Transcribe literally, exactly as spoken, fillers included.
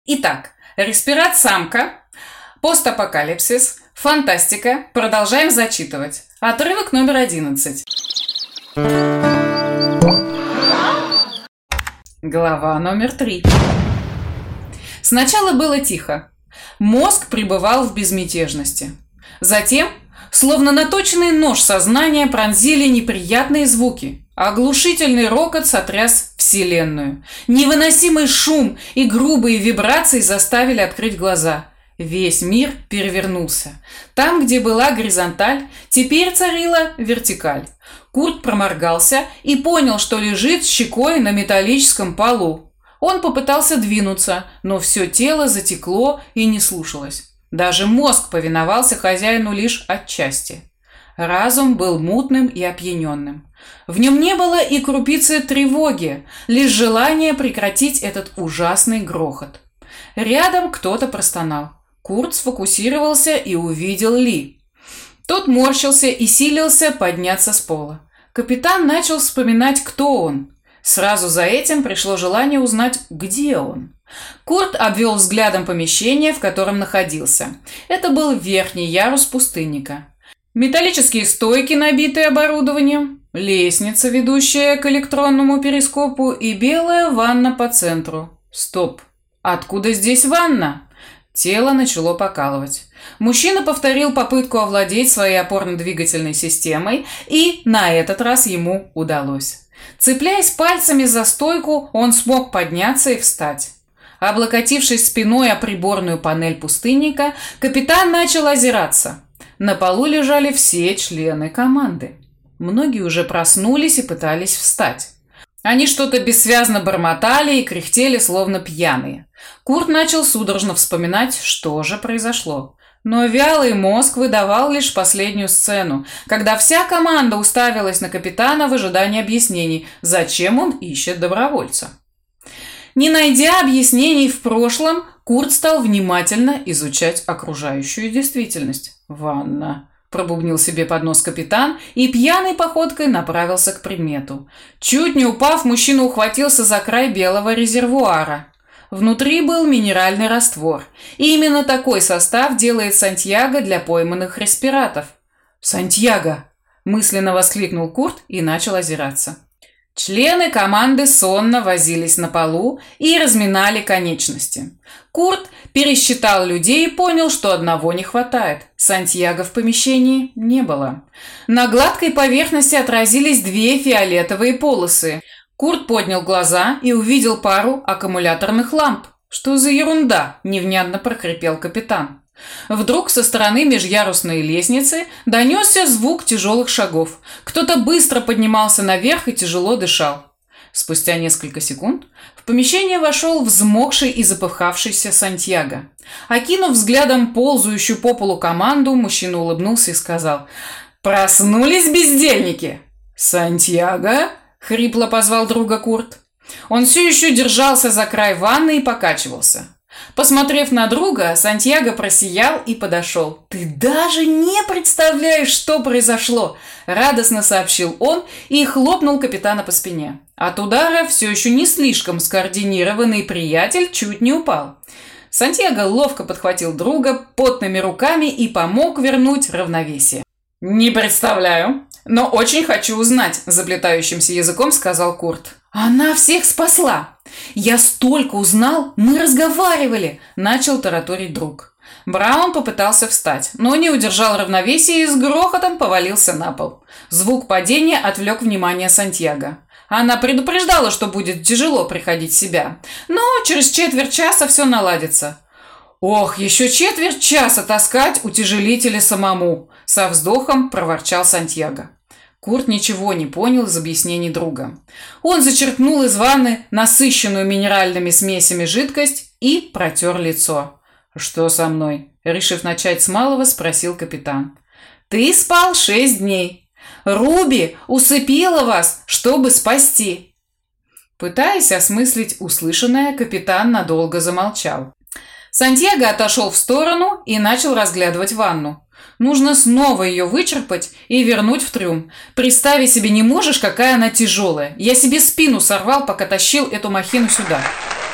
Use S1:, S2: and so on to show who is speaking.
S1: Итак, респират самка, постапокалипсис, фантастика. Продолжаем зачитывать. Отрывок номер одиннадцать. Глава номер три. Сначала было тихо. Мозг пребывал в безмятежности. Затем, словно наточенный нож сознания, пронзили неприятные звуки. Оглушительный рокот сотряс вселенную. Невыносимый шум и грубые вибрации заставили открыть глаза. Весь мир перевернулся. Там, где была горизонталь, теперь царила вертикаль. Курт проморгался и понял, что лежит щекой на металлическом полу. Он попытался двинуться, но все тело затекло и не слушалось. Даже мозг повиновался хозяину лишь отчасти. Разум был мутным и опьяненным. В нем не было и крупицы тревоги, лишь желание прекратить этот ужасный грохот. Рядом кто-то простонал. Курт сфокусировался и увидел Ли. Тот морщился и силился подняться с пола. Капитан начал вспоминать, кто он. Сразу за этим пришло желание узнать, где он. Курт обвел взглядом помещение, в котором находился. Это был верхний ярус пустынника. Металлические стойки, набитые оборудованием, лестница, ведущая к электронному перископу, и белая ванна по центру. Стоп! Откуда здесь ванна? Тело начало покалывать. Мужчина повторил попытку овладеть своей опорно-двигательной системой, и на этот раз ему удалось. Цепляясь пальцами за стойку, он смог подняться и встать. Облокотившись спиной о приборную панель пустынника, капитан начал озираться. На полу лежали все члены команды. Многие уже проснулись и пытались встать. Они что-то бессвязно бормотали и кряхтели, словно пьяные. Курт начал судорожно вспоминать, что же произошло. Но вялый мозг выдавал лишь последнюю сцену, когда вся команда уставилась на капитана в ожидании объяснений, зачем он ищет добровольца. Не найдя объяснений в прошлом, Курт стал внимательно изучать окружающую действительность. «Ванна», – пробубнил себе под нос капитан и пьяной походкой направился к предмету. Чуть не упав, мужчина ухватился за край белого резервуара. Внутри был минеральный раствор. И именно такой состав делает Сантьяго для пойманных респиратов. «Сантьяго!» – мысленно воскликнул Курт и начал озираться. Члены команды сонно возились на полу и разминали конечности. Курт пересчитал людей и понял, что одного не хватает. Сантьяго в помещении не было. На гладкой поверхности отразились две фиолетовые полосы. Курт поднял глаза и увидел пару аккумуляторных ламп. «Что за ерунда?» – невнятно прохрипел капитан. Вдруг со стороны межярусной лестницы донесся звук тяжелых шагов. Кто-то быстро поднимался наверх и тяжело дышал. Спустя несколько секунд в помещение вошел взмокший и запыхавшийся Сантьяго. Окинув взглядом ползающую по полу команду, мужчина улыбнулся и сказал: «Проснулись, бездельники!» «Сантьяго?» – хрипло позвал друга Курт. Он все еще держался за край ванны и покачивался. Посмотрев на друга, Сантьяго просиял и подошел. «Ты даже не представляешь, что произошло!» – радостно сообщил он и хлопнул капитана по спине. От удара все еще не слишком скоординированный приятель чуть не упал. Сантьяго ловко подхватил друга потными руками и помог вернуть равновесие. «Не представляю, но очень хочу узнать», – заплетающимся языком сказал Курт. «Она всех спасла! Я столько узнал, мы разговаривали!» – начал тараторить друг. Браун попытался встать, но не удержал равновесия и с грохотом повалился на пол. Звук падения отвлек внимание Сантьяго. Она предупреждала, что будет тяжело приходить в себя, но через четверть часа все наладится. «Ох, еще четверть часа таскать утяжелители самому!» – со вздохом проворчал Сантьяго. Курт ничего не понял из объяснений друга. Он зачерпнул из ванны насыщенную минеральными смесями жидкость и протер лицо. «Что со мной?» – решив начать с малого, спросил капитан. «Ты спал шесть дней. Руби усыпила вас, чтобы спасти». Пытаясь осмыслить услышанное, капитан надолго замолчал. Сантьяго отошел в сторону и начал разглядывать ванну. Нужно снова ее вычерпать и вернуть в трюм. Представить себе не можешь, какая она тяжелая. Я себе спину сорвал, пока тащил эту махину сюда.